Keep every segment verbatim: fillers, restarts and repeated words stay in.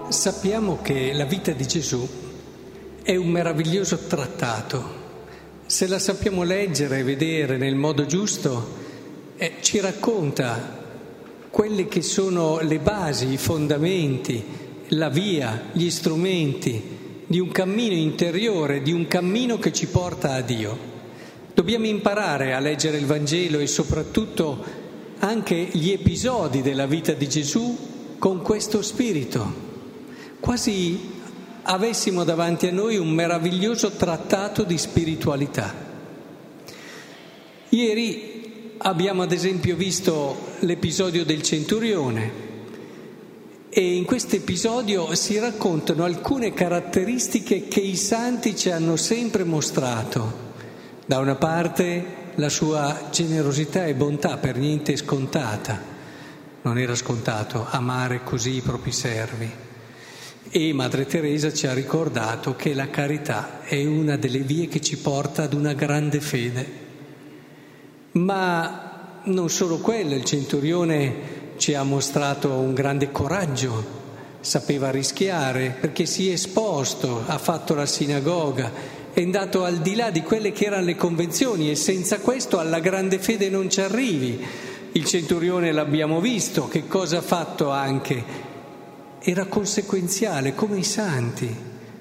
Sappiamo che la vita di Gesù è un meraviglioso trattato. Se la sappiamo leggere e vedere nel modo giusto, eh, ci racconta quelle che sono le basi, i fondamenti, la via, gli strumenti di un cammino interiore, di un cammino che ci porta a Dio. Dobbiamo imparare a leggere il Vangelo e soprattutto anche gli episodi della vita di Gesù con questo spirito. Quasi avessimo davanti a noi un meraviglioso trattato di spiritualità. Ieri abbiamo ad esempio visto l'episodio del centurione e in questo episodio si raccontano alcune caratteristiche che i santi ci hanno sempre mostrato. Da una parte la sua generosità e bontà, per niente scontata. Non era scontato amare così i propri servi. E Madre Teresa ci ha ricordato che la carità è una delle vie che ci porta ad una grande fede. Ma non solo quello, il centurione ci ha mostrato un grande coraggio, sapeva rischiare perché si è esposto, ha fatto la sinagoga, è andato al di là di quelle che erano le convenzioni e senza questo alla grande fede non ci arrivi. Il centurione l'abbiamo visto, che cosa ha fatto anche? Era conseguenziale come i santi.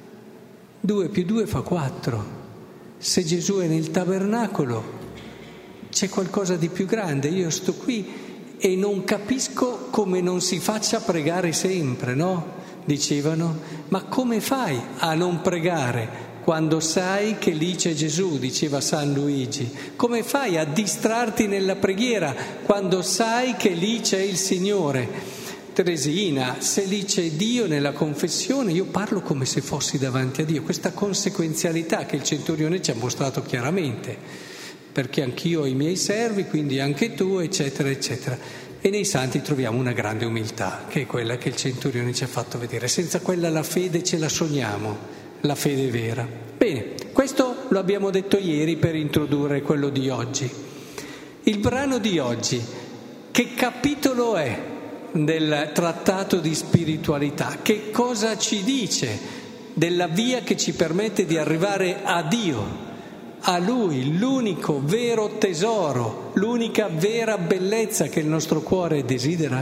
Due più due fa quattro. Se Gesù è nel tabernacolo c'è qualcosa di più grande. Io sto qui e non capisco come non si faccia pregare sempre, no? Dicevano, ma come fai a non pregare quando sai che lì c'è Gesù, diceva San Luigi? Come fai a distrarti nella preghiera quando sai che lì c'è il Signore? Teresina, se lì c'è Dio nella confessione, io parlo come se fossi davanti a Dio. Questa conseguenzialità che il centurione ci ha mostrato chiaramente, perché anch'io ho i miei servi, quindi anche tu, eccetera, eccetera. E nei santi troviamo una grande umiltà, che è quella che il centurione ci ha fatto vedere. Senza quella la fede ce la sogniamo, la fede vera. Bene, questo lo abbiamo detto ieri per introdurre quello di oggi. Il brano di oggi, che capitolo è del trattato di spiritualità? Che cosa ci dice della via che ci permette di arrivare a Dio, a Lui, l'unico vero tesoro, l'unica vera bellezza che il nostro cuore desidera?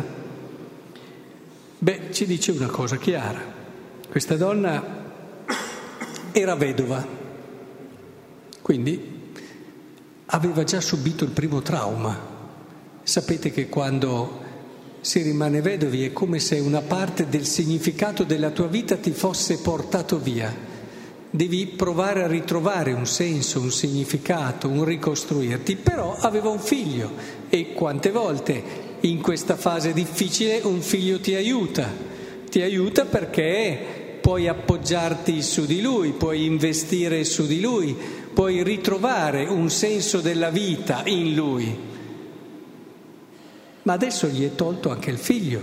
Beh, ci dice una cosa chiara. Questa donna era vedova, quindi aveva già subito il primo trauma. Sapete che quando si rimane vedovi è come se una parte del significato della tua vita ti fosse portato via. Devi provare a ritrovare un senso, un significato, un ricostruirti. Però aveva un figlio e quante volte in questa fase difficile un figlio ti aiuta. Ti aiuta perché puoi appoggiarti su di lui, puoi investire su di lui, puoi ritrovare un senso della vita in lui. Ma adesso gli è tolto anche il figlio.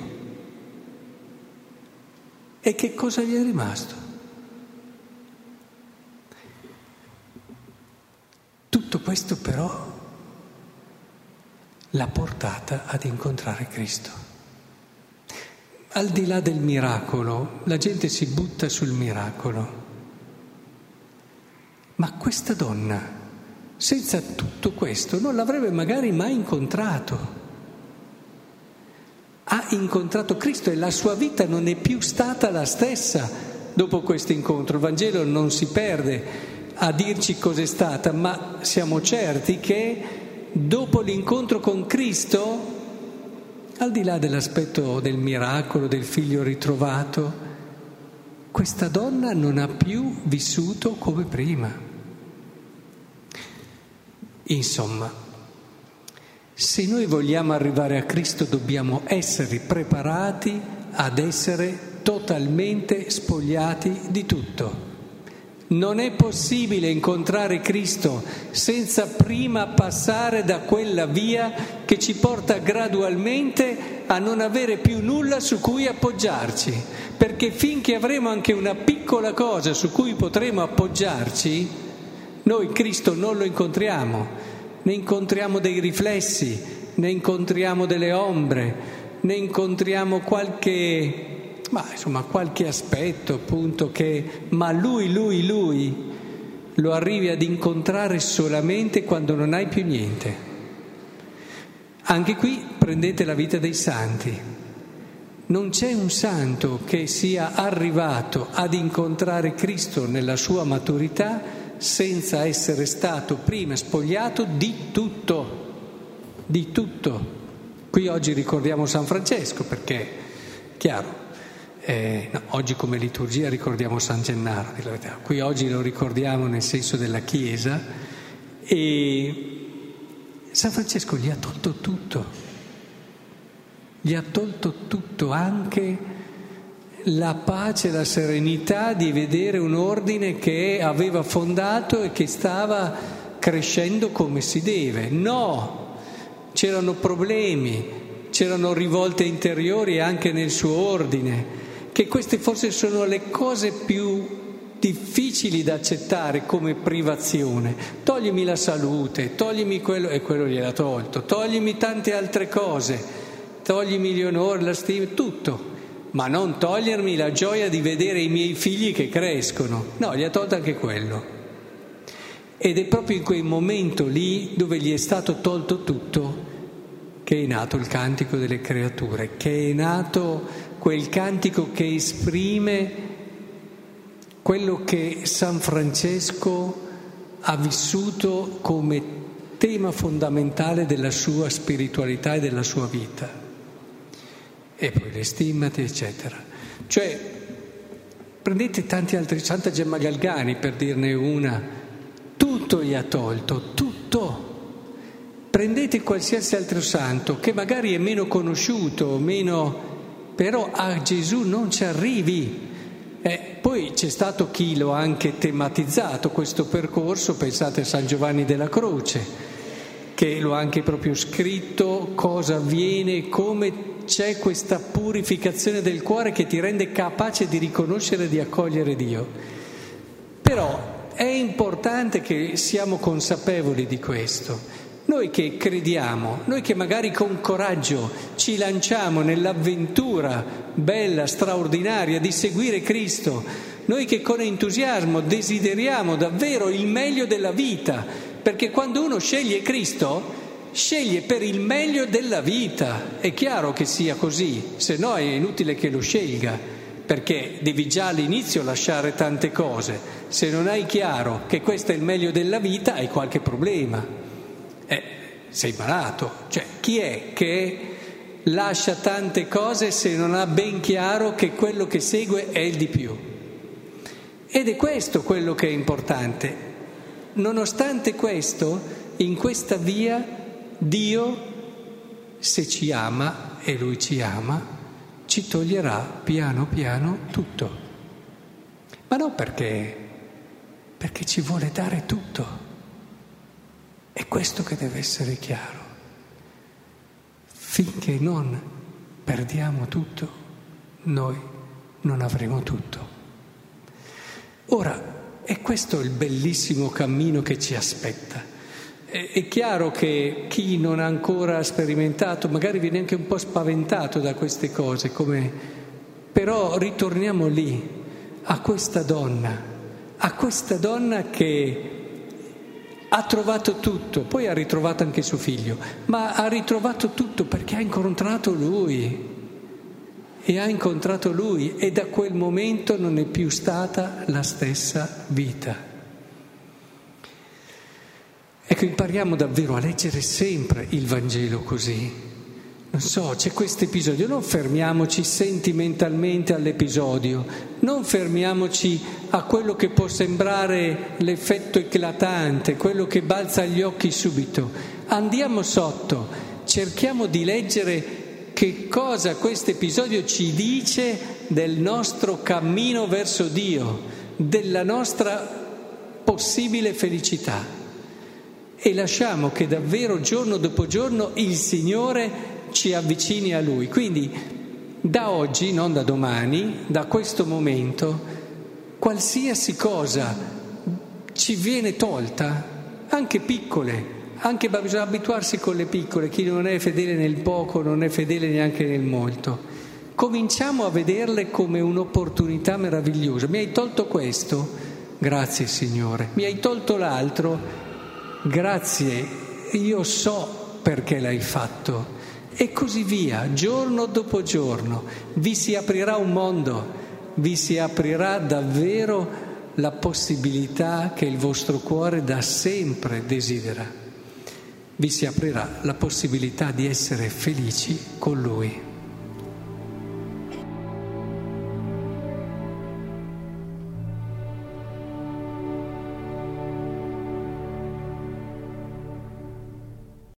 E che cosa gli è rimasto? Tutto questo però l'ha portata ad incontrare Cristo. Al di là del miracolo, la gente si butta sul miracolo. Ma questa donna, senza tutto questo, non l'avrebbe magari mai incontrato. Ha incontrato Cristo e la sua vita non è più stata la stessa dopo questo incontro. Il Vangelo non si perde a dirci cos'è stata, ma siamo certi che dopo l'incontro con Cristo, al di là dell'aspetto del miracolo, del figlio ritrovato, questa donna non ha più vissuto come prima. Insomma, se noi vogliamo arrivare a Cristo dobbiamo essere preparati ad essere totalmente spogliati di tutto. Non è possibile incontrare Cristo senza prima passare da quella via che ci porta gradualmente a non avere più nulla su cui appoggiarci, perché finché avremo anche una piccola cosa su cui potremo appoggiarci, noi Cristo non lo incontriamo. Ne incontriamo dei riflessi, ne incontriamo delle ombre, ne incontriamo qualche ma insomma qualche aspetto appunto che, ma lui, lui, lui lo arrivi ad incontrare solamente quando non hai più niente. Anche qui prendete la vita dei santi. Non c'è un santo che sia arrivato ad incontrare Cristo nella sua maturità senza essere stato prima spogliato di tutto, di tutto. Qui oggi ricordiamo San Francesco perché, chiaro, eh, no, oggi come liturgia ricordiamo San Gennaro, di la verità. Qui oggi lo ricordiamo nel senso della Chiesa e San Francesco gli ha tolto tutto, gli ha tolto tutto, anche la pace, la serenità di vedere un ordine che aveva fondato e che stava crescendo come si deve. No! C'erano problemi, c'erano rivolte interiori anche nel suo ordine, che queste forse sono le cose più difficili da accettare come privazione. Toglimi la salute, toglimi quello, e quello gliel'ha tolto, toglimi tante altre cose, toglimi gli onori, la stima, tutto, ma non togliermi la gioia di vedere i miei figli che crescono. No, gli ha tolto anche quello. Ed è proprio in quel momento lì dove gli è stato tolto tutto che è nato il cantico delle creature, che è nato quel cantico che esprime quello che San Francesco ha vissuto come tema fondamentale della sua spiritualità e della sua vita. E poi le stimmate, eccetera. Cioè, prendete tanti altri, Santa Gemma Galgani per dirne una, tutto gli ha tolto, tutto. Prendete qualsiasi altro santo che magari è meno conosciuto, meno, però a Gesù non ci arrivi. Eh, poi c'è stato chi lo ha anche tematizzato questo percorso, pensate a San Giovanni della Croce, che lo ha anche proprio scritto, cosa avviene, come c'è questa purificazione del cuore che ti rende capace di riconoscere e di accogliere Dio. Però è importante che siamo consapevoli di questo. Noi che crediamo, noi che magari con coraggio ci lanciamo nell'avventura bella, straordinaria di seguire Cristo, noi che con entusiasmo desideriamo davvero il meglio della vita, perché quando uno sceglie Cristo, sceglie per il meglio della vita. È chiaro che sia così, se no è inutile che lo scelga, perché devi già all'inizio lasciare tante cose. Se non hai chiaro che questo è il meglio della vita, hai qualche problema. Eh, sei malato. Cioè, chi è che lascia tante cose se non ha ben chiaro che quello che segue è il di più? Ed è questo quello che è importante. Nonostante questo, in questa via Dio, se ci ama, e Lui ci ama, ci toglierà piano piano tutto. Ma non perché, perché ci vuole dare tutto. È questo che deve essere chiaro. Finché non perdiamo tutto, noi non avremo tutto. Ora, è questo il bellissimo cammino che ci aspetta. È, è chiaro che chi non ha ancora sperimentato, magari viene anche un po' spaventato da queste cose, come... però ritorniamo lì, a questa donna, a questa donna che ha trovato tutto, poi ha ritrovato anche suo figlio, ma ha ritrovato tutto perché ha incontrato Lui, e ha incontrato Lui, e da quel momento non è più stata la stessa vita. Ecco, impariamo davvero a leggere sempre il Vangelo così. Non so, c'è questo episodio, non fermiamoci sentimentalmente all'episodio, non fermiamoci a quello che può sembrare l'effetto eclatante, quello che balza agli occhi subito. Andiamo sotto, cerchiamo di leggere che cosa questo episodio ci dice del nostro cammino verso Dio, della nostra possibile felicità. E lasciamo che davvero giorno dopo giorno il Signore ci avvicini a Lui. Quindi da oggi, non da domani, da questo momento, qualsiasi cosa ci viene tolta, anche piccole, anche bisogna abituarsi con le piccole. Chi non è fedele nel poco non è fedele neanche nel molto. cominciamo a vederle come un'opportunità meravigliosa. Mi hai tolto questo? Grazie Signore. Mi hai tolto l'altro? Grazie, io so perché l'hai fatto. E così via, giorno dopo giorno. Vi si aprirà un mondo, vi si aprirà davvero la possibilità che il vostro cuore da sempre desidera. Vi si aprirà la possibilità di essere felici con Lui.